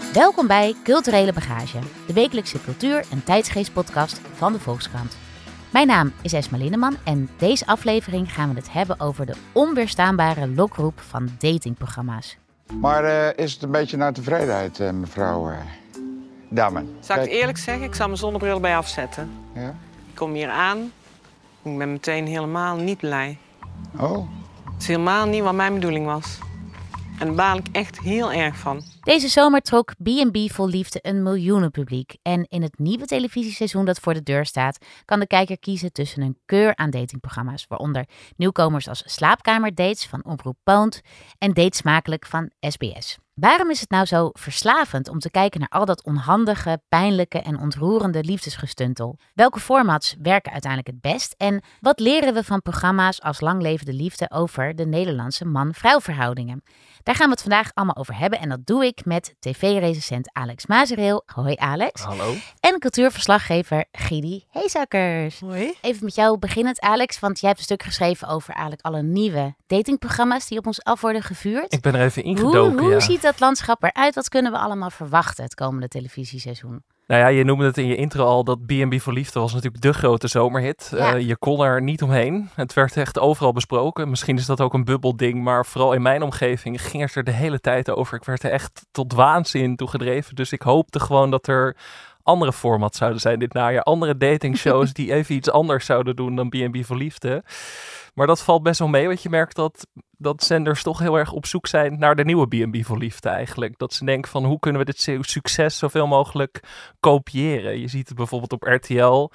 Welkom bij Culturele Bagage, de wekelijkse cultuur- en tijdsgeestpodcast van de Volkskrant. Mijn naam is Esma Linneman en deze aflevering gaan we het hebben over de onweerstaanbare lokroep van datingprogramma's. Maar is het een beetje naar tevredenheid, mevrouw Dame? Zal ik het eerlijk zeggen? Ik zal mijn zonnebril bij afzetten. Ja? Ik kom hier aan. Ik ben meteen helemaal niet blij. Oh. Het is helemaal niet wat mijn bedoeling was. En daar baal ik echt heel erg van. Deze zomer trok B&B Vol Liefde een miljoenenpubliek. En in het nieuwe televisieseizoen dat voor de deur staat, kan de kijker kiezen tussen een keur aan datingprogramma's. Waaronder nieuwkomers als Slaapkamerdates van Omroep Poont en Date Smakelijk van SBS. Waarom is het nou zo verslavend om te kijken naar al dat onhandige, pijnlijke en ontroerende liefdesgestuntel? Welke formats werken uiteindelijk het best? En wat leren we van programma's als Lang Leve de Liefde over de Nederlandse man-vrouw verhoudingen? Daar gaan we het vandaag allemaal over hebben en dat doe ik met tv-recensent Alex Mazereel. Hoi Alex. Hallo. En cultuurverslaggever Gidi Heesakkers. Hoi. Even met jou beginnend Alex, want jij hebt een stuk geschreven over eigenlijk alle nieuwe datingprogramma's die op ons af worden gevuurd. Ik ben er even ingedoken. Hoe ziet dat landschap eruit? Wat kunnen we allemaal verwachten het komende televisieseizoen? Nou ja, je noemde het in je intro al, dat B&B Voor Liefde was natuurlijk de grote zomerhit. Ja. Je kon er niet omheen. Het werd echt overal besproken. Misschien is dat ook een bubbelding, maar vooral in mijn omgeving ging het er de hele tijd over. Ik werd er echt tot waanzin toe gedreven. Dus ik hoopte gewoon dat er andere formats zouden zijn dit najaar. Andere datingshows die even iets anders zouden doen dan B&B Voor Liefde. Maar dat valt best wel mee, want je merkt dat zenders toch heel erg op zoek zijn naar de nieuwe B&B Voor Liefde eigenlijk. Dat ze denken van hoe kunnen we dit succes zoveel mogelijk kopiëren. Je ziet het bijvoorbeeld op RTL.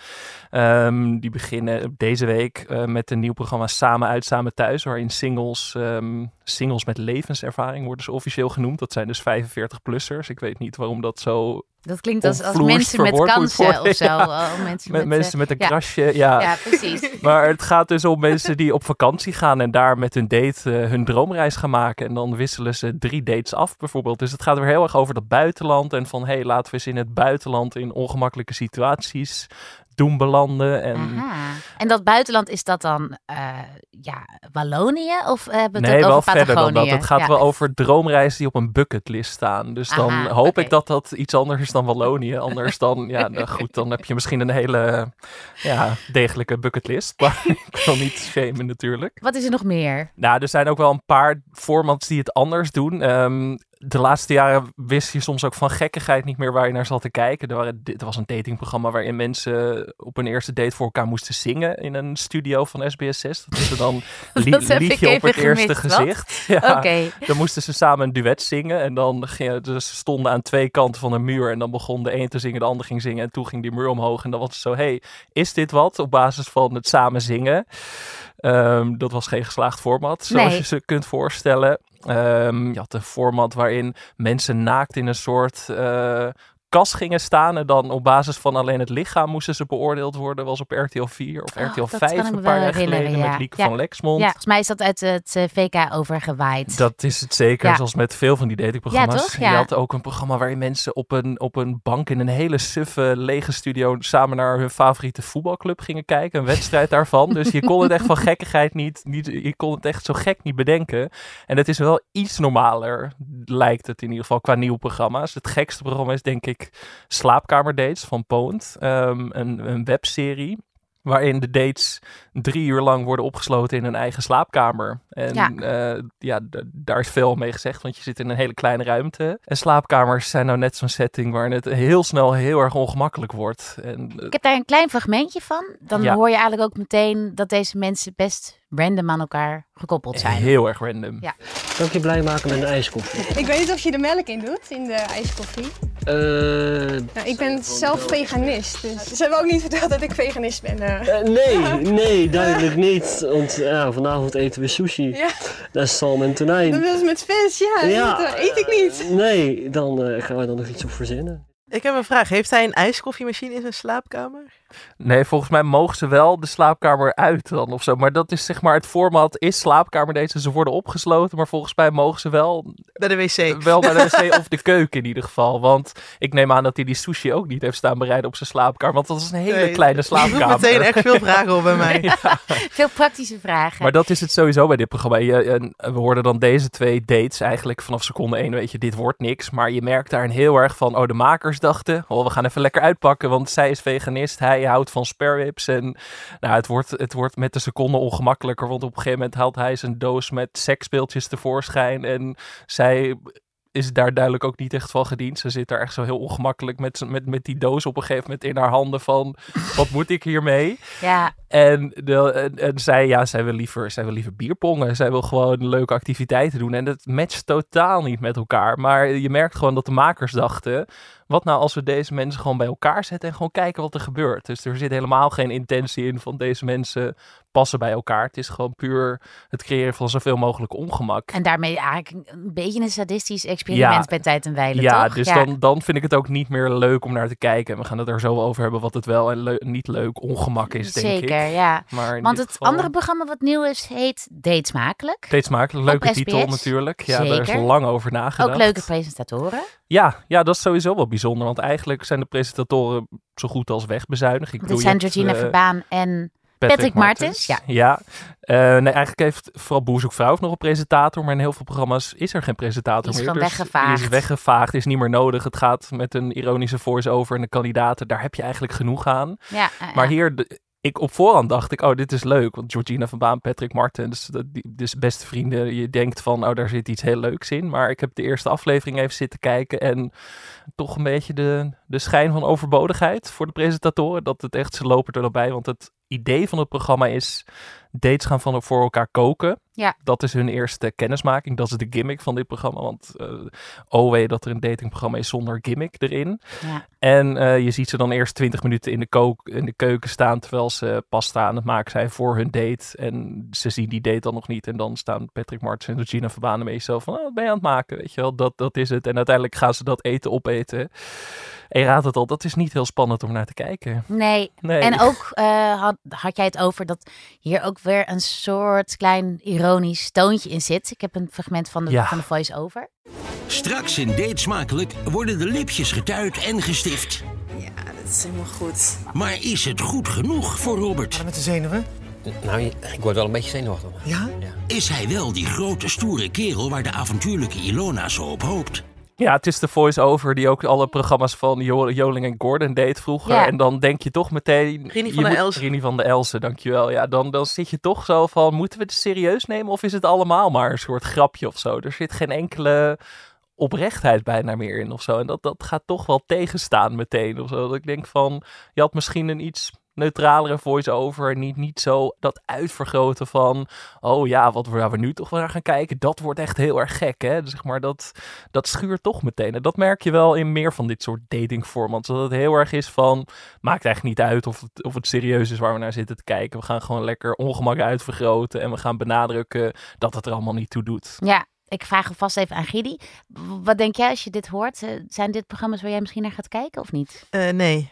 Die beginnen deze week met een nieuw programma Samen Uit, Samen Thuis. Waarin singles met levenservaring worden ze officieel genoemd. Dat zijn dus 45-plussers. Ik weet niet waarom dat zo... Dat klinkt als mensen met kansen of zo. Ja. Mensen met een krasje, ja. Ja, precies. Maar het gaat dus om mensen die op vakantie gaan en daar met hun date hun droomreis gaan maken. En dan wisselen ze 3 dates af bijvoorbeeld. Dus het gaat weer heel erg over dat buitenland. En van, laten we eens in het buitenland in ongemakkelijke situaties doen belanden. En dat buitenland, is dat dan Wallonië? Of hebben we het wel over verder Patagonië? dan dat. Het gaat wel over droomreizen die op een bucketlist staan. Dus dan hoop ik dat dat iets anders is dan Wallonië. Anders dan, dan heb je misschien een hele degelijke bucketlist. Maar ik wil niet shamen natuurlijk. Wat is er nog meer? Nou, er zijn ook wel een paar formats die het anders doen. De laatste jaren wist je soms ook van gekkigheid niet meer waar je naar zat te kijken. Er was een datingprogramma waarin mensen op een eerste date voor elkaar moesten zingen in een studio van SBS 6. Dat is er dan liedje op het eerste gezicht. Ja, dan moesten ze samen een duet zingen en dan ze stonden aan 2 kanten van een muur en dan begon de een te zingen, de ander ging zingen en toen ging die muur omhoog en dan was het zo, is dit wat? Op basis van het samen zingen. Dat was geen geslaagd format, zoals je ze kunt voorstellen. Je had een format waarin mensen naakt in een soort kast gingen staan. En dan op basis van alleen het lichaam moesten ze beoordeeld worden. Was op RTL 4 of RTL 5 een paar jaar geleden met Lieke van Lexmond. Ja, volgens mij is dat uit het VK overgewaaid. Dat is het zeker, zoals met veel van die datingprogramma's. Ja, toch? Ja. Je had ook een programma waarin mensen op een bank in een hele suffe, lege studio samen naar hun favoriete voetbalclub gingen kijken. Een wedstrijd daarvan. Dus je kon het echt van gekkigheid niet, je kon het echt zo gek niet bedenken. En het is wel iets normaler, lijkt het in ieder geval, qua nieuwe programma's. Het gekste programma is denk ik Slaapkamerdates van Poont. Een webserie waarin de dates 3 uur lang worden opgesloten in hun eigen slaapkamer. En daar is veel mee gezegd, want je zit in een hele kleine ruimte. En slaapkamers zijn nou net zo'n setting waarin het heel snel heel erg ongemakkelijk wordt. Ik heb daar een klein fragmentje van. Dan hoor je eigenlijk ook meteen dat deze mensen best random aan elkaar gekoppeld zijn. Heel erg random. Ja. Kan ik je blij maken met een ijskoffie? Ik weet niet of je er melk in doet, in de ijskoffie. Ik ben zelf veganist, dus ze hebben ook niet verteld dat ik veganist ben. Nee, duidelijk niet. Want vanavond eten we sushi. Ja. Dat is zalm en tonijn. Dat is met vis, dat eet ik niet. Nee, dan gaan we dan nog iets op verzinnen. Ik heb een vraag. Heeft hij een ijskoffiemachine in zijn slaapkamer? Nee, volgens mij mogen ze wel de slaapkamer uit dan of zo. Maar dat is zeg maar het format is slaapkamerdates. Ze worden opgesloten, maar volgens mij mogen ze wel... Naar de wc. Wel naar de wc of de keuken in ieder geval. Want ik neem aan dat hij die sushi ook niet heeft staan bereiden op zijn slaapkamer. Want dat is een hele kleine slaapkamer. Ik roep meteen echt veel vragen op bij mij. Ja. Veel praktische vragen. Maar dat is het sowieso bij dit programma. We hoorden dan deze 2 dates eigenlijk vanaf seconde 1. Weet je, dit wordt niks. Maar je merkt daarin heel erg van, de makers dachten, we gaan even lekker uitpakken. Want zij is veganist, hij houdt van spare ribs. En nou, het wordt met de seconde ongemakkelijker. Want op een gegeven moment haalt hij zijn doos met seksspeeltjes tevoorschijn. En zij is daar duidelijk ook niet echt van gediend. Ze zit daar echt zo heel ongemakkelijk met die doos op een gegeven moment in haar handen van, wat moet ik hiermee? Ja. En zij wil liever bierpongen. Zij wil gewoon leuke activiteiten doen. En dat matcht totaal niet met elkaar. Maar je merkt gewoon dat de makers dachten, wat nou als we deze mensen gewoon bij elkaar zetten en gewoon kijken wat er gebeurt. Dus er zit helemaal geen intentie in van deze mensen passen bij elkaar. Het is gewoon puur het creëren van zoveel mogelijk ongemak. En daarmee eigenlijk een beetje een sadistisch experiment bij tijd en wijle, toch? Dus dan vind ik het ook niet meer leuk om naar te kijken. En we gaan het er zo over hebben wat het wel en niet leuk ongemak is, denk ik. Zeker, ja. Maar want het andere programma wat nieuw is, heet Date Smakelijk. Date Smakelijk, leuke titel natuurlijk. Ja, Zeker. Daar is lang over nagedacht. Ook leuke presentatoren. Ja, dat is sowieso wel bijzonder. Want eigenlijk zijn de presentatoren zo goed als wegbezuinigd. Dat zijn Georgina Verbaan en Patrick Martens. Ja. Eigenlijk heeft vooral Boer Zoekt Vrouw nog een presentator. Maar in heel veel programma's is er geen presentator meer. Die is weggevaagd. Die is weggevaagd, is niet meer nodig. Het gaat met een ironische voice-over en de kandidaten. Daar heb je eigenlijk genoeg aan. Ja, maar hier... op voorhand dacht ik, dit is leuk. Want Georgina Verbaan, Patrick Martens, dus beste vrienden. Je denkt van, daar zit iets heel leuks in. Maar ik heb de eerste aflevering even zitten kijken. En toch een beetje de schijn van overbodigheid voor de presentatoren. Dat het echt, ze lopen er nog bij. Want het idee van het programma is dates gaan voor elkaar koken. Ja. Dat is hun eerste kennismaking. Dat is de gimmick van dit programma. Want weet dat er een datingprogramma is zonder gimmick erin. Ja. En je ziet ze dan eerst 20 minuten in de keuken staan terwijl ze pasta aan het maken zijn voor hun date. En ze zien die date dan nog niet. En dan staan Patrick Martens en Georgina Verbaan ermee zo van, wat ben je aan het maken? Weet je wel, dat is het. En uiteindelijk gaan ze dat eten opeten. En je raadt het al, dat is niet heel spannend om naar te kijken. Nee. En ook had jij het over dat hier ook weer een soort klein ironisch toontje in zit. Ik heb een fragment van de voice-over. Straks in Date Smakelijk worden de lipjes getuid en gestift. Ja, dat is helemaal goed. Maar is het goed genoeg voor Robert? Wat met de zenuwen? Nou, ik word wel een beetje zenuwachtig. Ja? Is hij wel die grote stoere kerel waar de avontuurlijke Ilona zo op hoopt? Ja, het is de voice-over die ook alle programma's van Joling en Gordon deed vroeger. Ja. En dan denk je toch meteen... Rini van der Elsen, dankjewel. Ja, dan zit je toch zo van, moeten we het serieus nemen? Of is het allemaal maar een soort grapje of zo? Er zit geen enkele oprechtheid bijna meer in of zo. En dat gaat toch wel tegenstaan meteen of zo. Dat ik denk van, je had misschien een iets neutralere voice-over. Niet zo dat uitvergroten van, wat we nu toch wel naar gaan kijken. Dat wordt echt heel erg gek, hè. Dus zeg maar, dat schuurt toch meteen. En dat merk je wel in meer van dit soort datingformats. Dat het heel erg is van, maakt eigenlijk niet uit of het serieus is waar we naar zitten te kijken. We gaan gewoon lekker ongemak uitvergroten. En we gaan benadrukken dat het er allemaal niet toe doet. Ja. Ik vraag alvast even aan Gidi. Wat denk jij als je dit hoort? Zijn dit programma's waar jij misschien naar gaat kijken of niet? Nee.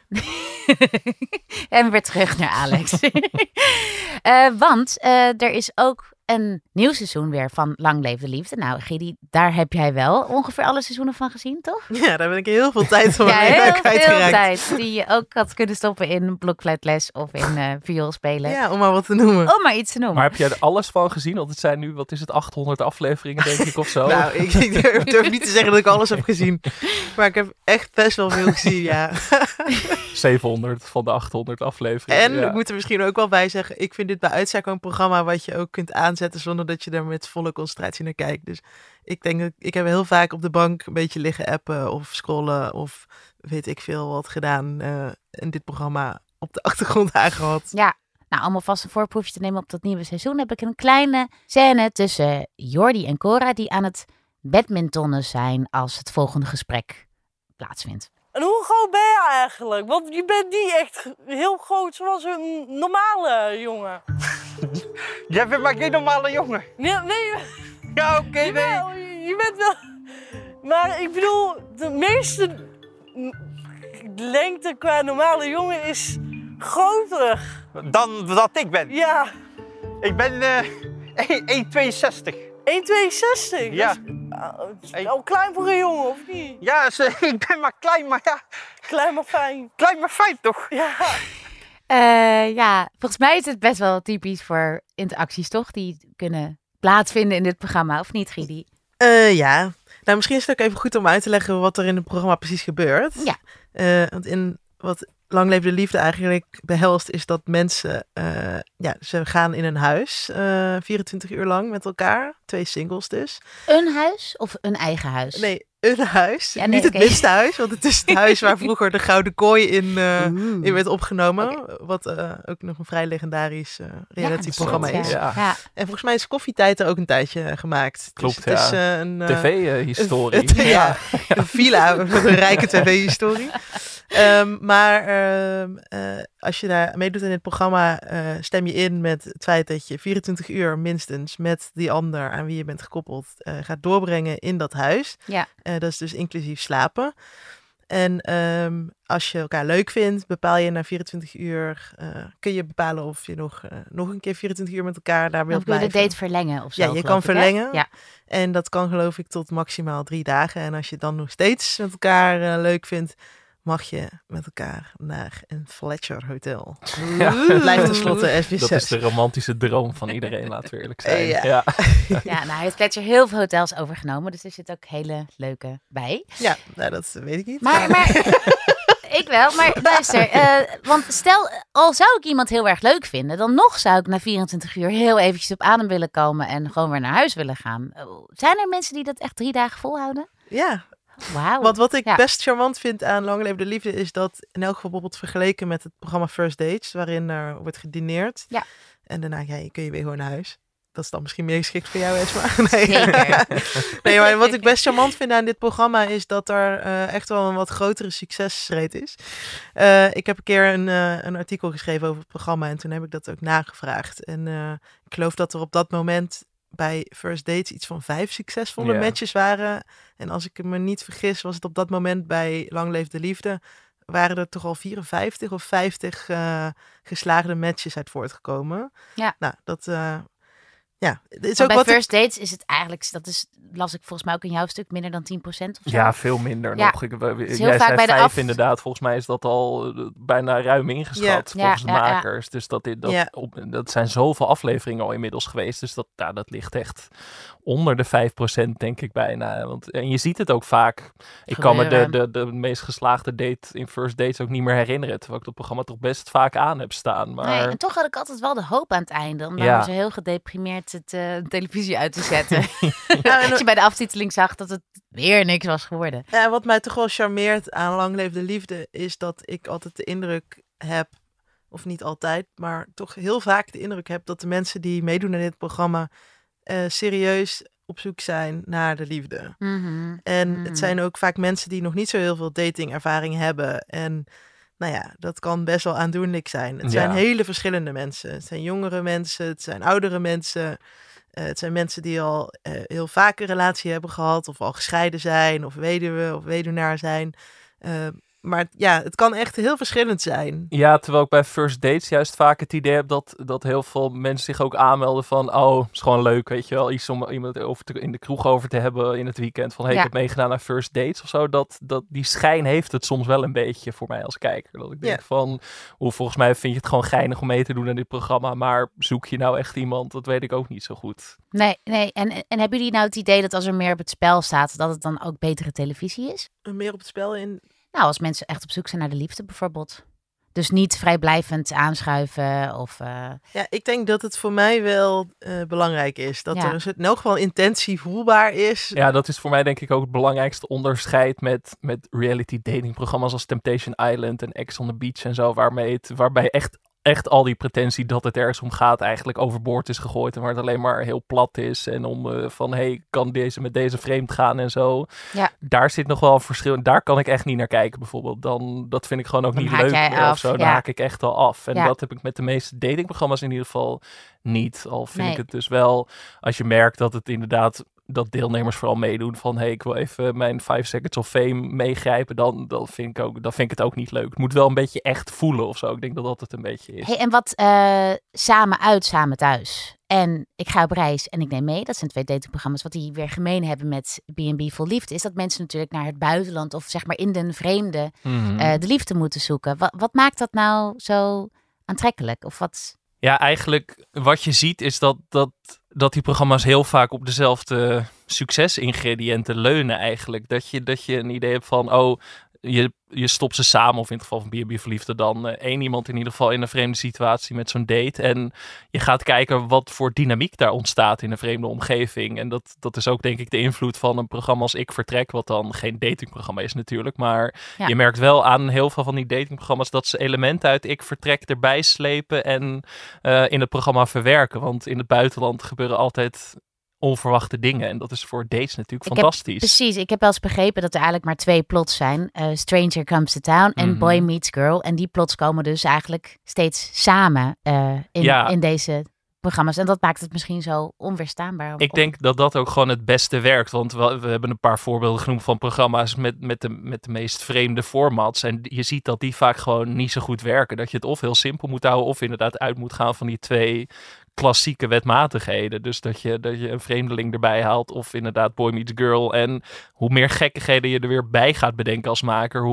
En weer terug naar Alex. Want er is ook een nieuw seizoen weer van Lang Leef de Liefde. Nou, Gidi, daar heb jij wel ongeveer alle seizoenen van gezien, toch? Ja, daar ben ik heel veel tijd van kwijtgeraakt. Heel veel tijd die je ook had kunnen stoppen in blokfluitles of in viool spelen. Ja, om maar wat te noemen. Om maar iets te noemen. Maar heb jij er alles van gezien? Want het zijn nu, 800 afleveringen, denk ik, of zo? Nou, ik durf niet te zeggen dat ik alles heb gezien. Maar ik heb echt best wel veel gezien, ja. 700 van de 800 afleveringen. En ik moet er misschien ook wel bij zeggen, ik vind dit bij uitstek een programma wat je ook kunt aanzetten zonder dat je er met volle concentratie naar kijkt. Dus ik denk dat ik heb heel vaak op de bank een beetje liggen appen of scrollen of weet ik veel wat gedaan en dit programma op de achtergrond aangehad. Ja, nou om alvast een voorproefje te nemen op dat nieuwe seizoen heb ik een kleine scène tussen Jordi en Cora die aan het badmintonnen zijn als het volgende gesprek plaatsvindt. En hoe groot ben je eigenlijk? Want je bent niet echt heel groot zoals een normale jongen. Jij bent maar geen normale jongen. Nee. Ja, oké, Je bent wel... Maar ik bedoel, de meeste lengte qua normale jongen is groter. Dan dat ik ben? Ja. Ik ben 1,62. 1,62? Ja. Dat is wel klein voor een jongen, of niet? Ja, ik ben maar klein, maar ja. Klein maar fijn. Klein maar fijn, toch? Ja. Volgens mij is het best wel typisch voor interacties, toch? Die kunnen plaatsvinden in dit programma, of niet, Gidi? Ja. Nou, misschien is het ook even goed om uit te leggen wat er in het programma precies gebeurt. Ja. Want in wat Lang Leef de Liefde eigenlijk behelst, is dat mensen, ze gaan in een huis 24 uur lang met elkaar. 2 singles dus. Een huis of een eigen huis? Nee, een huis. Ja, niet het minste huis, want het is het huis waar vroeger de Gouden Kooi in werd opgenomen. Okay. Wat ook nog een vrij legendarisch realityprogramma is. Ja. Ja. En volgens mij is Koffietijd er ook een tijdje gemaakt. Klopt, dus het is een tv-historie. Een villa met een rijke tv-historie. Maar als je daar meedoet in dit programma, stem je in met het feit dat je 24 uur minstens met die ander aan wie je bent gekoppeld gaat doorbrengen in dat huis. Ja. Dat is dus inclusief slapen. En als je elkaar leuk vindt, bepaal je na 24 uur, kun je bepalen of je nog een keer 24 uur met elkaar daar wilt blijven. Kun je de date verlengen of zo? Ja, je kan verlengen. Ja. En dat kan geloof ik tot maximaal 3 dagen. En als je dan nog steeds met elkaar leuk vindt, mag je met elkaar naar een Fletcher Hotel. Ja. Blijft tenslotte SB6. Dat is de romantische droom van iedereen, laten we eerlijk zijn. Ja. Nou heeft Fletcher heel veel hotels overgenomen, dus er zit ook hele leuke bij. Ja, nou dat weet ik niet. Maar ik wel, maar luister, want stel, al zou ik iemand heel erg leuk vinden, dan nog zou ik na 24 uur heel eventjes op adem willen komen en gewoon weer naar huis willen gaan. Zijn er mensen die dat echt 3 dagen volhouden? Ja. Wauw. Want wat ik best charmant vind aan Lang Leef de Liefde is dat in elk geval bijvoorbeeld vergeleken met het programma First Dates, waarin er wordt gedineerd. Ja. En daarna kun je weer gewoon naar huis. Dat is dan misschien meer geschikt voor jou, Esma. Nee. Nee, maar wat ik best charmant vind aan dit programma is dat er echt wel een wat grotere succesrate is. Ik heb een keer een artikel geschreven over het programma en toen heb ik dat ook nagevraagd. En ik geloof dat er op dat moment bij First Dates iets van 5 succesvolle matches waren. En als ik me niet vergis, was het op dat moment bij Lang Leef de Liefde, waren er toch al 54 of 50 geslaagde matches uit voortgekomen. Ja. Nou, dat... het is ook bij wat First Dates is het eigenlijk, las ik volgens mij ook in jouw stuk, minder dan 10% of zo. Ja, veel minder nog. Jij zei 5 inderdaad. Volgens mij is dat al bijna ruim ingeschat volgens de makers. Dus dat zijn zoveel afleveringen al inmiddels geweest. Dus dat ligt echt onder de 5% denk ik bijna. En je ziet het ook vaak. Ik kan me de meest geslaagde date in First Dates ook niet meer herinneren. Terwijl ik dat programma toch best vaak aan heb staan. Maar... Nee, en toch had ik altijd wel de hoop aan het einde. Om dan zo heel gedeprimeerd televisie uit te zetten. Dat je bij de aftiteling zag dat het weer niks was geworden. Ja, wat mij toch wel charmeert aan Lang Leef de Liefde is dat ik altijd de indruk heb, of niet altijd, maar toch heel vaak de indruk heb dat de mensen die meedoen aan dit programma serieus op zoek zijn naar de liefde. Mm-hmm. En het zijn ook vaak mensen die nog niet zo heel veel datingervaring hebben. En nou ja, dat kan best wel aandoenlijk zijn. Het zijn hele verschillende mensen. Het zijn jongere mensen, het zijn oudere mensen. Het zijn mensen die al heel vaak een relatie hebben gehad, of al gescheiden zijn, of weduwe of weduwnaar zijn. Maar ja, het kan echt heel verschillend zijn. Ja, terwijl ik bij First Dates juist vaak het idee heb dat heel veel mensen zich ook aanmelden van, het is gewoon leuk, weet je wel, iets om iemand in de kroeg over te hebben in het weekend. Van, ik heb meegedaan naar First Dates of zo. Dat die schijn heeft het soms wel een beetje voor mij als kijker. Dat ik denk van, volgens mij vind je het gewoon geinig om mee te doen aan dit programma, maar zoek je nou echt iemand? Dat weet ik ook niet zo goed. Nee. En hebben jullie nou het idee dat als er meer op het spel staat, dat het dan ook betere televisie is? Meer op het spel in... Nou, als mensen echt op zoek zijn naar de liefde bijvoorbeeld. Dus niet vrijblijvend aanschuiven of... Ja, ik denk dat het voor mij wel belangrijk is. Dat er in elk geval intentie voelbaar is. Ja, dat is voor mij denk ik ook het belangrijkste onderscheid met reality datingprogramma's als Temptation Island en Ex on the Beach en zo. Waarbij echt al die pretentie dat het ergens om gaat eigenlijk overboord is gegooid. En waar het alleen maar heel plat is. En om kan deze met deze vreemd gaan en zo. Ja. Daar zit nog wel een verschil. Daar kan ik echt niet naar kijken bijvoorbeeld. Dat vind ik gewoon ook niet leuk of zo. Dan haak ik echt al af. En dat heb ik met de meeste datingprogramma's in ieder geval niet. Al vind ik het dus wel, als je merkt dat het inderdaad dat deelnemers vooral meedoen van ik wil even mijn 5 seconds of fame meegrijpen, dan vind ik het ook niet leuk. Het moet wel een beetje echt voelen of zo. Ik denk dat het een beetje is. Hey, en wat samen uit, samen thuis. En ik ga op reis en ik neem mee. Dat zijn 2 datingprogramma's. Wat die weer gemeen hebben met B&B Vol Liefde is dat mensen natuurlijk naar het buitenland of zeg maar in den vreemde de liefde moeten zoeken. Wat maakt dat nou zo aantrekkelijk? Of wat? Ja, eigenlijk wat je ziet is dat die programma's heel vaak op dezelfde succesingrediënten leunen eigenlijk. Dat je een idee hebt van, je stopt ze samen, of in het geval van B&B Verliefde dan 1 iemand in ieder geval in een vreemde situatie met zo'n date. En je gaat kijken wat voor dynamiek daar ontstaat in een vreemde omgeving. En dat is ook denk ik de invloed van een programma als Ik Vertrek, wat dan geen datingprogramma is natuurlijk. Maar je merkt wel aan heel veel van die datingprogramma's dat ze elementen uit Ik Vertrek erbij slepen en in het programma verwerken. Want in het buitenland gebeuren altijd onverwachte dingen. En dat is voor dates natuurlijk fantastisch. Precies. Ik heb wel eens begrepen dat er eigenlijk maar 2 plots zijn. Stranger Comes to Town en Boy Meets Girl. En die plots komen dus eigenlijk steeds samen in deze programma's. En dat maakt het misschien zo onweerstaanbaar. Ik denk dat dat ook gewoon het beste werkt. Want we hebben een paar voorbeelden genoemd van programma's met de meest vreemde formats. En je ziet dat die vaak gewoon niet zo goed werken. Dat je het of heel simpel moet houden of inderdaad uit moet gaan van die 2 klassieke wetmatigheden. Dus dat je een vreemdeling erbij haalt of inderdaad Boy Meets Girl. En hoe meer gekkigheden je er weer bij gaat bedenken als maker,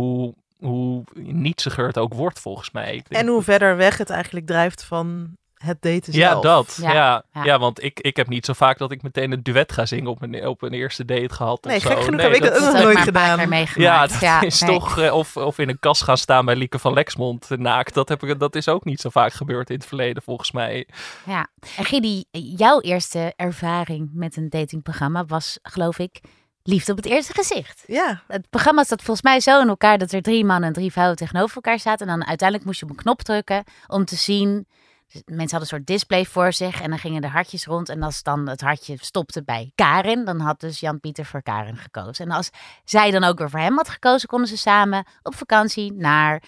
hoe nietsiger het ook wordt volgens mij. En hoe verder weg het eigenlijk drijft van het daten zelf. Ja, dat. Ja, want ik heb niet zo vaak dat ik meteen een duet ga zingen op een eerste date gehad. Nee, of gek zo. genoeg heb ik dat ook nog nooit gedaan. Ja, dat is toch... Of in een kast gaan staan bij Lieke van Lexmond naakt. Dat is ook niet zo vaak gebeurd in het verleden volgens mij. Ja. En Gidi, jouw eerste ervaring met een datingprogramma was, geloof ik, Liefde op het eerste gezicht. Ja. Het programma zat volgens mij zo in elkaar dat er 3 mannen en 3 vrouwen tegenover elkaar zaten. En dan uiteindelijk moest je op een knop drukken om te zien. Dus mensen hadden een soort display voor zich en dan gingen de hartjes rond. En als dan het hartje stopte bij Karin, dan had dus Jan-Pieter voor Karin gekozen. En als zij dan ook weer voor hem had gekozen, konden ze samen op vakantie naar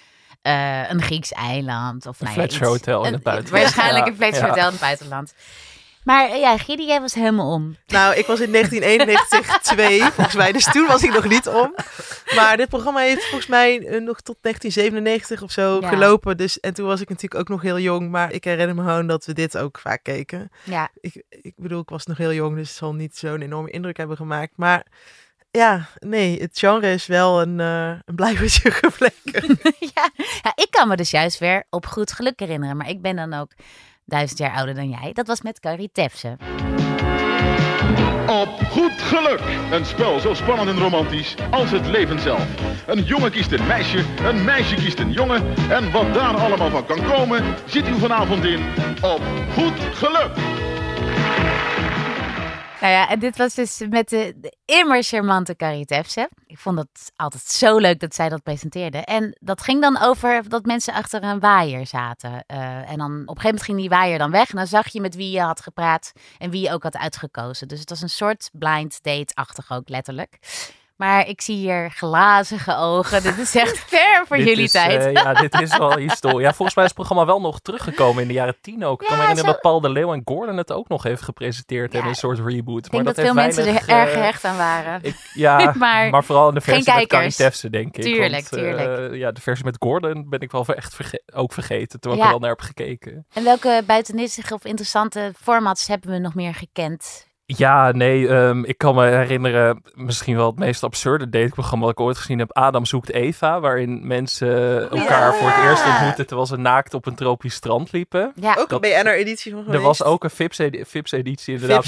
een Grieks eiland. Of een Fletcher Hotel in het buitenland. Waarschijnlijk een Fletcher Hotel in het buitenland. Maar ja, Gidi, jij was helemaal om. Nou, ik was in 1991 2, volgens mij. Dus toen was ik nog niet om. Maar dit programma heeft volgens mij nog tot 1997 of zo gelopen. Dus, en toen was ik natuurlijk ook nog heel jong. Maar ik herinner me gewoon dat we dit ook vaak keken. Ja. Ik bedoel, ik was nog heel jong, dus het zal niet zo'n enorme indruk hebben gemaakt. Maar ja, nee, het genre is wel een blijvertje gebleken. Ja, ik kan me dus juist weer op Goed Geluk herinneren. Maar ik ben dan ook 1000 jaar ouder dan jij. Dat was met Carrie Tefse. Op Goed Geluk. Een spel zo spannend en romantisch als het leven zelf. Een jongen kiest een meisje kiest een jongen. En wat daar allemaal van kan komen, ziet u vanavond in Op Goed Geluk. Nou ja, en dit was dus met de immer charmante Carrie Tefse. Ik vond het altijd zo leuk dat zij dat presenteerde. En dat ging dan over dat mensen achter een waaier zaten. En dan op een gegeven moment ging die waaier dan weg. En dan zag je met wie je had gepraat en wie je ook had uitgekozen. Dus het was een soort blind date-achtig ook, letterlijk. Maar ik zie hier glazige ogen. Dit is echt ver voor jullie tijd. Ja, dit is wel historie. Ja, volgens mij is het programma wel nog teruggekomen in de jaren 10 ook. Ik kan me herinneren dat Paul de Leeuw en Gordon het ook nog even gepresenteerd hebben. Een soort reboot. Ik denk dat veel mensen er erg gehecht aan waren. maar vooral in de versie met Carrie Tefse, denk ik. Tuurlijk. Ja, de versie met Gordon ben ik wel echt ook vergeten. Terwijl ik er wel naar heb gekeken. En welke buitenissige of interessante formats hebben we nog meer gekend? Ja, nee, ik kan me herinneren, misschien wel het meest absurde dateprogramma dat ik ooit gezien heb, Adam zoekt Eva, waarin mensen elkaar voor het eerst ontmoeten terwijl ze naakt op een tropisch strand liepen. Ja. Ook een BNR-editie van geweest. Er was ook een Vips-editie inderdaad.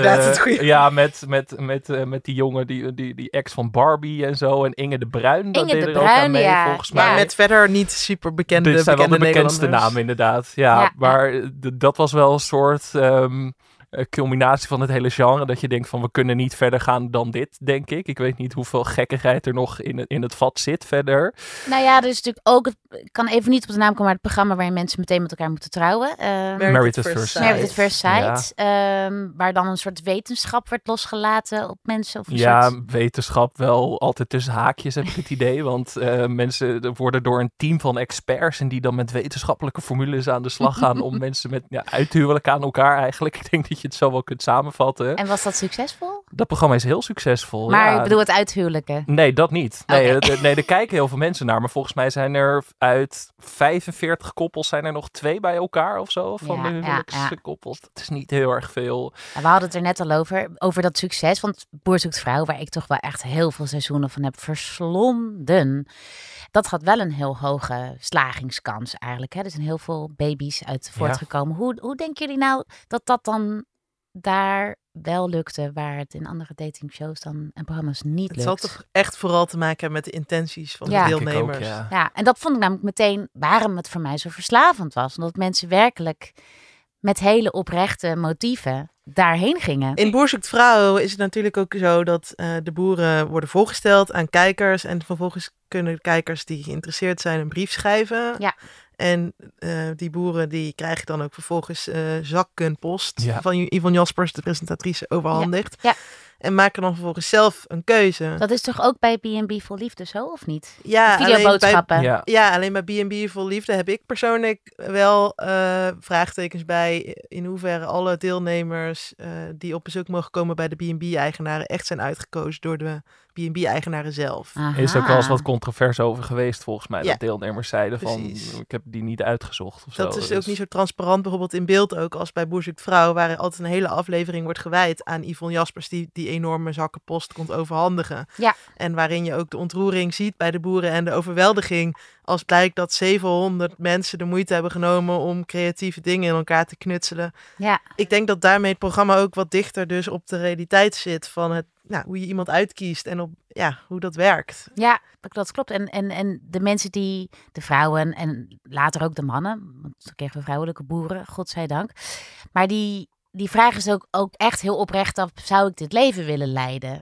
Met die jongen, die ex van Barbie en zo, en Inge de Bruin. Dat deed er ook aan mee, volgens mij. Maar met verder niet super bekende Dit zijn wel de bekendste namen, inderdaad. Ja, maar dat was wel een soort culminatie van het hele genre, dat je denkt van we kunnen niet verder gaan dan dit, denk ik. Ik weet niet hoeveel gekkigheid er nog in het vat zit verder. Nou ja, er is natuurlijk ook, ik kan even niet op de naam komen, maar het programma waarin mensen meteen met elkaar moeten trouwen. Married at First Sight. Waar dan een soort wetenschap werd losgelaten op mensen. Of wetenschap wel altijd tussen haakjes, heb ik het idee. Want mensen worden door een team van experts en die dan met wetenschappelijke formules aan de slag gaan om mensen uit te huwelijken aan elkaar eigenlijk. Ik denk dat je het zo wel kunt samenvatten. En was dat succesvol? Dat programma is heel succesvol. Maar ik bedoel het uithuwelijken. Nee, dat niet. Nee, Okay. Er kijken heel veel mensen naar. Maar volgens mij zijn er uit 45 koppels zijn er nog 2 bij elkaar of zo. Van de huwelijkse koppels. Dat is niet heel erg veel. En we hadden het er net al over dat succes. Want Boer zoekt vrouw, waar ik toch wel echt heel veel seizoenen van heb verslonden. Dat had wel een heel hoge slagingskans eigenlijk. Hè? Er zijn heel veel baby's uit voortgekomen. Hoe denken jullie nou dat dan daar wel lukte, waar het in andere datingshows dan en programma's niet lukt? Het zal toch echt vooral te maken hebben met de intenties van de deelnemers. Ook, ja, en dat vond ik namelijk meteen waarom het voor mij zo verslavend was. Omdat mensen werkelijk met hele oprechte motieven daarheen gingen. In Boer zoekt vrouw is het natuurlijk ook zo dat de boeren worden voorgesteld aan kijkers. En vervolgens kunnen de kijkers die geïnteresseerd zijn een brief schrijven. Ja. En die boeren die krijgen dan ook vervolgens zakken post van Yvonne Jaspers, de presentatrice, overhandigd. Ja. En maken dan vervolgens zelf een keuze. Dat is toch ook bij B&B Vol Liefde zo, of niet? Ja, videoboodschappen. Alleen bij B&B Vol Liefde heb ik persoonlijk wel vraagtekens bij in hoeverre alle deelnemers die op bezoek mogen komen bij de B&B-eigenaren echt zijn uitgekozen door de B&B-eigenaren zelf. Er is ook wel eens wat controvers over geweest volgens mij. Ja. Dat deelnemers zeiden Precies. van ik heb die niet uitgezocht of dat zo. is ook niet zo transparant bijvoorbeeld in beeld ook als bij Boer zoekt vrouw, waar er altijd een hele aflevering wordt gewijd aan Yvonne Jaspers die enorme zakken post komt overhandigen. Ja. En waarin je ook de ontroering ziet bij de boeren en de overweldiging als blijkt dat 700 mensen de moeite hebben genomen om creatieve dingen in elkaar te knutselen. Ja. Ik denk dat daarmee het programma ook wat dichter dus op de realiteit zit van het, hoe je iemand uitkiest en op hoe dat werkt. Ja, dat klopt. En de mensen de vrouwen en later ook de mannen, want toen kregen we vrouwelijke boeren, godzijdank. Maar die vragen ze ook echt heel oprecht af, zou ik dit leven willen leiden?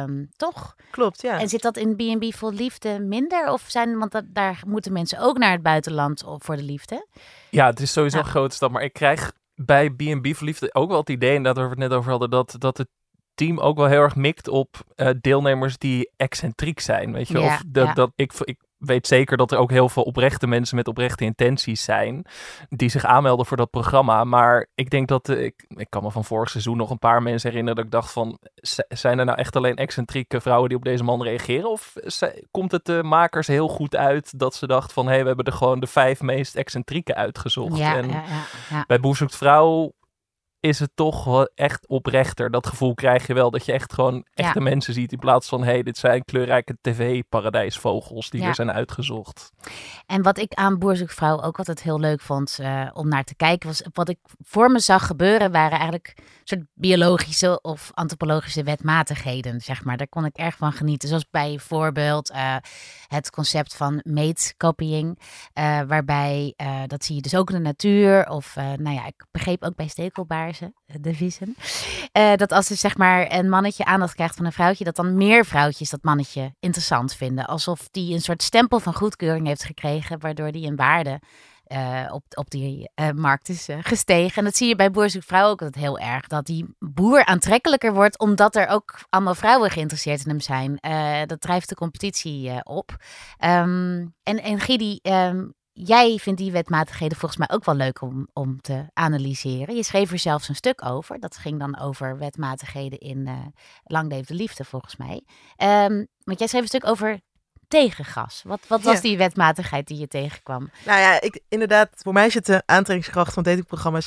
Toch? Klopt, ja. En zit dat in B&B Vol Liefde minder? Want daar moeten mensen ook naar het buitenland voor de liefde? Ja, het is sowieso een grote stap. Maar ik krijg bij B&B Vol Liefde ook wel het idee, en dat we het net over hadden, dat het team ook wel heel erg mikt op deelnemers die excentriek zijn. Weet je? Ja, Ik weet zeker dat er ook heel veel oprechte mensen met oprechte intenties zijn die zich aanmelden voor dat programma. Maar ik denk dat ik kan me van vorig seizoen nog een paar mensen herinneren dat ik dacht van, zijn er nou echt alleen excentrieke vrouwen die op deze man reageren? Of komt het de makers heel goed uit dat ze dachten van, we hebben er gewoon de 5 meest excentrieke uitgezocht. Ja, en bij Boer zoekt vrouw is het toch wel echt oprechter. Dat gevoel krijg je wel, dat je echt gewoon echte mensen ziet in plaats van, dit zijn kleurrijke tv-paradijsvogels die weer zijn uitgezocht. En wat ik aan Boer zoekt vrouw ook altijd heel leuk vond om naar te kijken, was wat ik voor me zag gebeuren, waren eigenlijk soort biologische of antropologische wetmatigheden, zeg maar. Daar kon ik erg van genieten. Zoals bijvoorbeeld het concept van mate-copying, waarbij, dat zie je dus ook in de natuur, of ik begreep ook bij stekelbaarzen, de vissen, dat als er zeg maar een mannetje aandacht krijgt van een vrouwtje, dat dan meer vrouwtjes dat mannetje interessant vinden. Alsof die een soort stempel van goedkeuring heeft gekregen, waardoor die in waarde op die markt is gestegen. En dat zie je bij Boer zoekt vrouw ook altijd heel erg. Dat die boer aantrekkelijker wordt, omdat er ook allemaal vrouwen geïnteresseerd in hem zijn. Dat drijft de competitie op. En Gidi, jij vindt die wetmatigheden volgens mij ook wel leuk om te analyseren. Je schreef er zelfs een stuk over. Dat ging dan over wetmatigheden in Lang Leef de Liefde, volgens mij. Want jij schreef een stuk over tegengas. Wat was die wetmatigheid die je tegenkwam? Nou ja, inderdaad, voor mij zit de aantrekkingskracht van datingprogramma's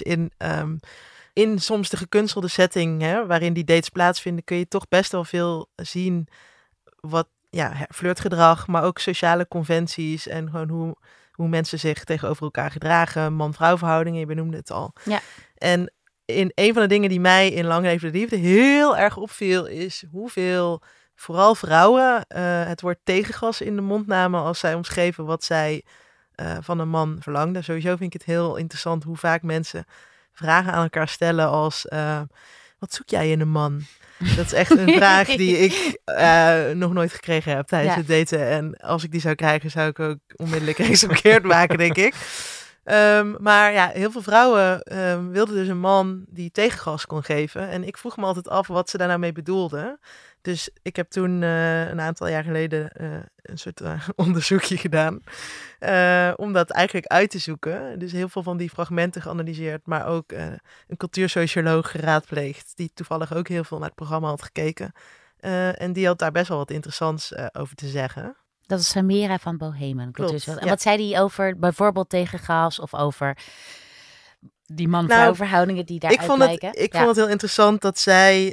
in soms de gekunstelde setting, waarin die dates plaatsvinden, kun je toch best wel veel zien wat flirtgedrag, maar ook sociale conventies en gewoon hoe mensen zich tegenover elkaar gedragen, man-vrouw verhoudingen, je benoemde het al. Ja. En een van de dingen die mij in Lang Leef de Liefde heel erg opviel, is hoeveel vooral vrouwen het woord tegengas in de mond namen als zij omschreven wat zij van een man verlangden. Sowieso vind ik het heel interessant hoe vaak mensen vragen aan elkaar stellen als, wat zoek jij in een man? Dat is echt een vraag die ik nog nooit gekregen heb tijdens het daten. En als ik die zou krijgen, zou ik ook onmiddellijk geïnspireerd maken, denk ik. Maar ja, heel veel vrouwen wilden dus een man die tegengas kon geven. En ik vroeg me altijd af wat ze daar nou mee bedoelden. Dus ik heb toen een aantal jaar geleden een soort onderzoekje gedaan. Om dat eigenlijk uit te zoeken. Dus heel veel van die fragmenten geanalyseerd. Maar ook een cultuursocioloog geraadpleegd. Die toevallig ook heel veel naar het programma had gekeken. En die had daar best wel wat interessants over te zeggen. Dat is Samira van Bohemen. Klopt, En wat zei die over bijvoorbeeld tegengas of over die man-vrouw verhoudingen die daaruit blijken? Ik vond het heel interessant dat zij...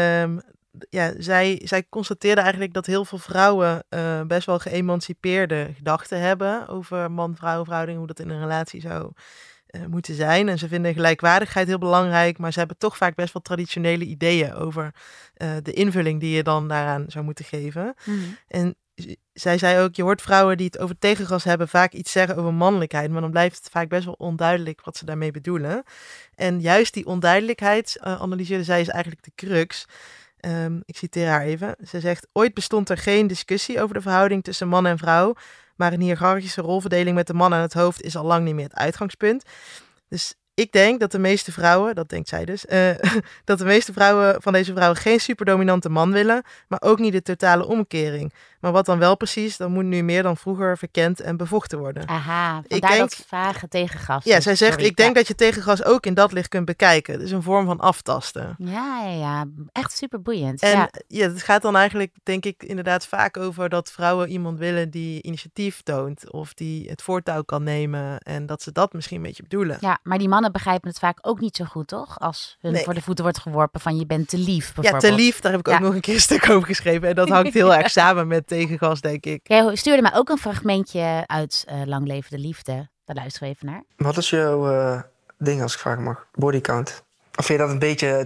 zij constateerde eigenlijk dat heel veel vrouwen best wel geëmancipeerde gedachten hebben over man-vrouw verhoudingen, hoe dat in een relatie zou moeten zijn. En ze vinden gelijkwaardigheid heel belangrijk, maar ze hebben toch vaak best wel traditionele ideeën over de invulling die je dan daaraan zou moeten geven. Mm-hmm. En zij zei ook, je hoort vrouwen die het over tegengas hebben vaak iets zeggen over mannelijkheid, maar dan blijft het vaak best wel onduidelijk wat ze daarmee bedoelen. En juist die onduidelijkheid, analyseerde zij, is eigenlijk de crux. Ik citeer haar even. Ze zegt, ooit bestond er geen discussie over de verhouding tussen man en vrouw, maar een hiërarchische rolverdeling met de man aan het hoofd is al lang niet meer het uitgangspunt. Dus ik denk dat de meeste vrouwen, dat denkt zij dus, dat de meeste vrouwen van deze vrouwen geen superdominante man willen, maar ook niet de totale omkering. Maar wat dan wel precies, dan moet nu meer dan vroeger verkend en bevochten worden. Aha, vandaar dat vage tegengas. Ja, zij zegt, ik denk dat je tegengas ook in dat licht kunt bekijken. Het is een vorm van aftasten. Ja, echt super boeiend. En het gaat dan eigenlijk, denk ik, inderdaad vaak over dat vrouwen iemand willen die initiatief toont of die het voortouw kan nemen en dat ze dat misschien een beetje bedoelen. Ja, maar die mannen begrijpen het vaak ook niet zo goed, toch? Als hun voor de voeten wordt geworpen van je bent te lief, bijvoorbeeld. Ja, te lief, daar heb ik ook nog een keer een stuk over geschreven en dat hangt heel erg samen met tegengas, denk ik. Jij stuurde mij ook een fragmentje uit Lang Leven de Liefde. Daar luisteren we even naar. Wat is jouw ding, als ik vragen mag? Bodycount? Of vind je dat een beetje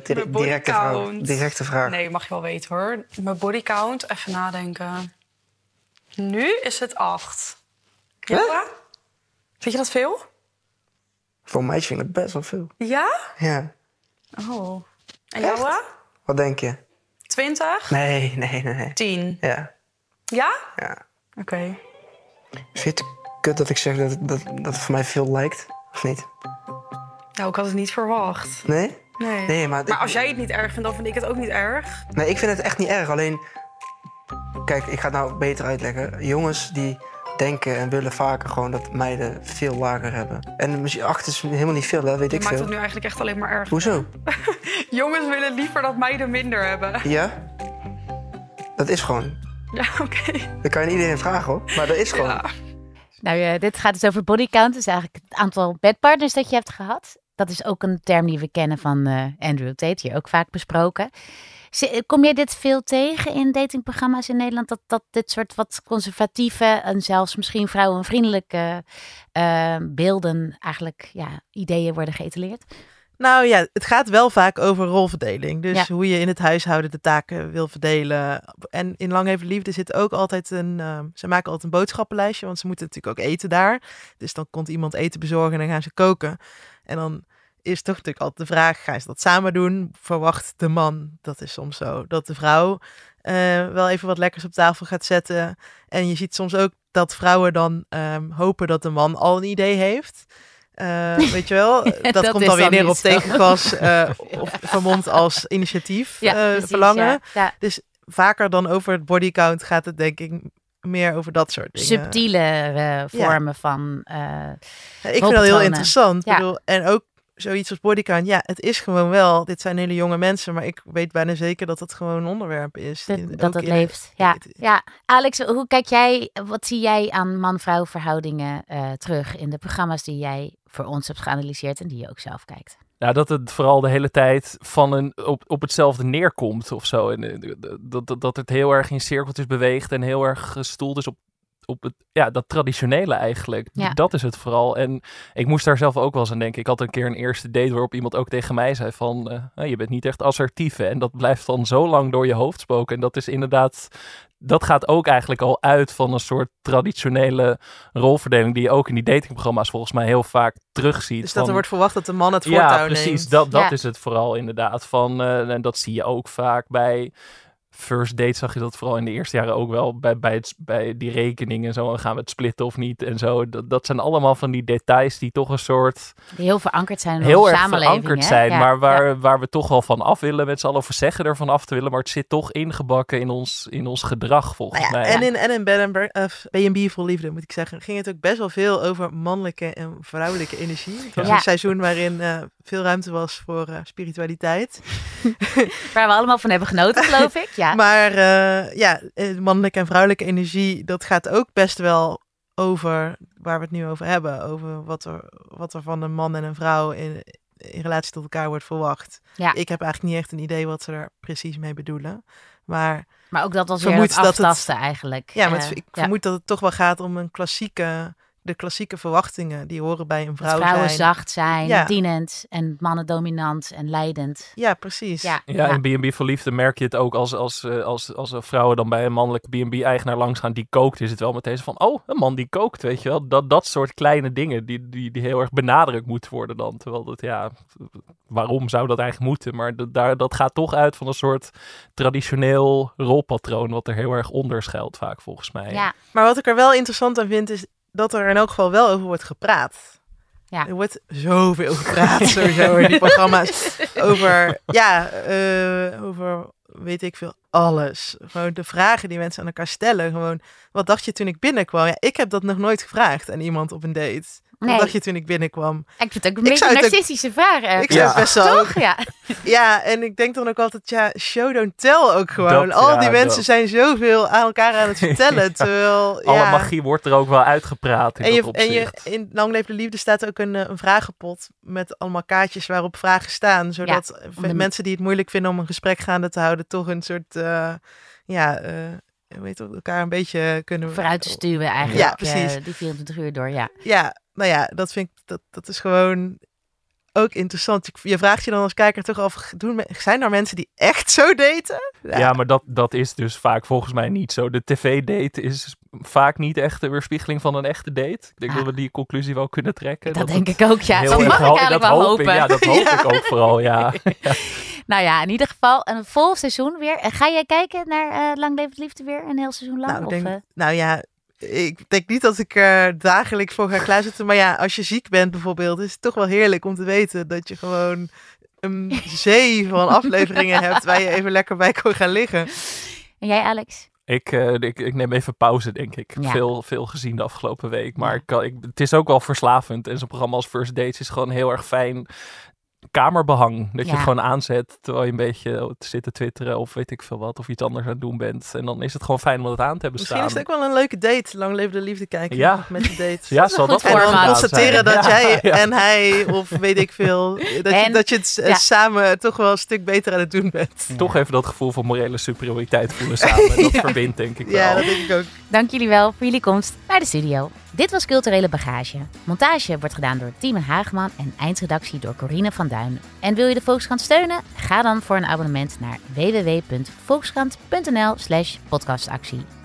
directe vraag? Nee, mag je wel weten hoor. Mijn bodycount, even nadenken. Nu is het 8. Ja? Vind je dat veel? Voor een meisje vind ik het best wel veel. Ja? Ja. Oh. En jou? Wat denk je? 20? Nee. 10? Ja. Ja? Ja. Oké. Vind je het kut dat ik zeg dat het voor mij veel lijkt? Of niet? Nou, ik had het niet verwacht. Nee? Nee, maar als jij het niet erg vindt, dan vind ik het ook niet erg. Nee, ik vind het echt niet erg. Alleen, kijk, ik ga het nou beter uitleggen. Jongens die denken en willen vaker gewoon dat meiden veel lager hebben. En misschien 8 is helemaal niet veel, dat weet ik veel. Je maakt het nu eigenlijk echt alleen maar erg. Hoezo? Jongens willen liever dat meiden minder hebben. Ja? Dat is gewoon. Ja, oké. Dat kan je iedereen vragen hoor, maar dat is gewoon. Ja. Nou, dit gaat dus over bodycount. Dus eigenlijk het aantal bedpartners dat je hebt gehad. Dat is ook een term die we kennen van Andrew Tate, hier ook vaak besproken. Kom je dit veel tegen in datingprogramma's in Nederland? Dat dit soort wat conservatieve en zelfs misschien vrouwenvriendelijke beelden eigenlijk ideeën worden geëtaleerd? Nou ja, het gaat wel vaak over rolverdeling. Dus hoe je in het huishouden de taken wil verdelen. En in Lang Leven Liefde zit ook altijd ze maken altijd een boodschappenlijstje, want ze moeten natuurlijk ook eten daar. Dus dan komt iemand eten bezorgen en dan gaan ze koken. En dan is toch natuurlijk altijd de vraag, gaan ze dat samen doen? Verwacht de man, dat is soms zo, dat de vrouw wel even wat lekkers op tafel gaat zetten. En je ziet soms ook dat vrouwen dan hopen dat de man al een idee heeft. Weet je wel, dat komt dan weer neer op tegengas of vermomd als initiatief verlangen. Ja. Dus vaker dan over het bodycount gaat het denk ik meer over dat soort dingen. Subtiele vormen van ik vind dat heel interessant. Ja. Bedoel, en ook zoiets als bodycount, het is gewoon wel, dit zijn hele jonge mensen, maar ik weet bijna zeker dat het gewoon een onderwerp is. Dat het leeft. Ja. Alex, hoe kijk jij, wat zie jij aan man-vrouw verhoudingen terug in de programma's die jij voor ons hebt geanalyseerd en die je ook zelf kijkt? Nou, dat het vooral de hele tijd van op hetzelfde neerkomt of zo. En dat het heel erg in cirkeltjes beweegt en heel erg gestoeld is op het, dat traditionele eigenlijk. Ja. Dat is het vooral. En ik moest daar zelf ook wel eens aan denken. Ik had een keer een eerste date waarop iemand ook tegen mij zei van, je bent niet echt assertief. Hè? En dat blijft dan zo lang door je hoofd spoken. En dat is inderdaad, dat gaat ook eigenlijk al uit van een soort traditionele rolverdeling die je ook in die datingprogramma's volgens mij heel vaak terugziet. Dus dat er wordt verwacht dat de man het voortouw neemt. Ja, precies. Dat is het vooral inderdaad. En dat zie je ook vaak bij first date zag je dat vooral in de eerste jaren ook wel bij die rekening en zo. En gaan we het splitten of niet en zo. Dat zijn allemaal van die details die toch een soort... Die heel verankerd zijn in heel onze erg samenleving. verankerd hè? zijn, Ja, maar waar we toch wel van af willen met z'n allen. Of we zeggen ervan af te willen, maar het zit toch ingebakken in ons gedrag volgens mij. En in B&B Vol Liefde, moet ik zeggen, ging het ook best wel veel over mannelijke en vrouwelijke energie. Het was een seizoen waarin veel ruimte was voor spiritualiteit. Waar we allemaal van hebben genoten, geloof ik. Ja. Maar mannelijke en vrouwelijke energie, dat gaat ook best wel over waar we het nu over hebben. Over wat er van een man en een vrouw in relatie tot elkaar wordt verwacht. Ja. Ik heb eigenlijk niet echt een idee wat ze er precies mee bedoelen. Maar ook dat was weer het aftasten eigenlijk. Ja, maar ik vermoed dat het toch wel gaat om de klassieke verwachtingen die horen bij een vrouw zijn. Vrouwen zacht zijn, dienend en mannen dominant en leidend. Ja, precies. Ja, in B&B Vol Liefde merk je het ook als vrouwen dan bij een mannelijke B&B-eigenaar langs gaan die kookt, is het wel meteen van, een man die kookt, weet je wel. Dat soort kleine dingen die heel erg benadrukt moeten worden dan. Terwijl dat, waarom zou dat eigenlijk moeten? Maar dat gaat toch uit van een soort traditioneel rolpatroon wat er heel erg onder schuilt vaak volgens mij. Ja. Maar wat ik er wel interessant aan vind is dat er in elk geval wel over wordt gepraat. Ja. Er wordt zoveel gepraat sowieso in die programma's. Over weet ik veel, alles. Gewoon de vragen die mensen aan elkaar stellen. Gewoon, wat dacht je toen ik binnenkwam? Ja, ik heb dat nog nooit gevraagd aan iemand op een date. Wat dacht je toen ik binnenkwam? Ik vind het ook een beetje een narcistische vraag. Ik zou het best wel. Toch? Ja. Ja, en ik denk dan ook altijd, show don't tell ook gewoon. Al die mensen zijn zoveel aan elkaar aan het vertellen. Terwijl, alle magie wordt er ook wel uitgepraat in dat opzicht. En in Lang Leef de Liefde staat ook een vragenpot met allemaal kaartjes waarop vragen staan. Zodat mensen die het moeilijk vinden om een gesprek gaande te houden, toch een soort, elkaar een beetje kunnen... Vooruit te stuwen eigenlijk. Ja, precies. Die 24 uur door, ja. Ja, nou ja, dat vind ik, dat is gewoon ook interessant. Je vraagt je dan als kijker toch af, zijn er mensen die echt zo daten? Ja, maar dat is dus vaak volgens mij niet zo. De tv-date is vaak niet echt de weerspiegeling van een echte date. Ik denk dat we die conclusie wel kunnen trekken. Dat denk ik ook, ja. Dat mag ik eigenlijk wel hopen. Ja, dat hoop ik ook vooral, ja. Nou ja, in ieder geval een vol seizoen weer. Ga jij kijken naar Lang Leef de Liefde weer een heel seizoen lang? Ik denk niet dat ik er dagelijks voor ga klaarzitten. Maar ja, als je ziek bent bijvoorbeeld, is het toch wel heerlijk om te weten dat je gewoon een zee van afleveringen hebt waar je even lekker bij kan gaan liggen. En jij, Alex? Ik neem even pauze, denk ik. Ik heb veel gezien de afgelopen week. Maar het is ook wel verslavend. En zo'n programma als First Dates is gewoon heel erg fijn kamerbehang. Dat je het gewoon aanzet terwijl je een beetje zit te twitteren of weet ik veel wat. Of iets anders aan het doen bent. En dan is het gewoon fijn om het aan te hebben staan. Misschien is het ook wel een leuke date. Lang Leef de Liefde kijken met je date. Ja, zal dat en dan constateren dat jij en hij of weet ik veel. Dat je het samen toch wel een stuk beter aan het doen bent. Toch even dat gevoel van morele superioriteit voelen samen. Dat verbindt denk ik wel. Ja, dat denk ik ook. Dank jullie wel voor jullie komst naar de studio. Dit was Culturele Bagage. Montage wordt gedaan door Tine Hageman en eindredactie door Corine van Duin. En wil je de Volkskrant steunen? Ga dan voor een abonnement naar www.volkskrant.nl/podcastactie.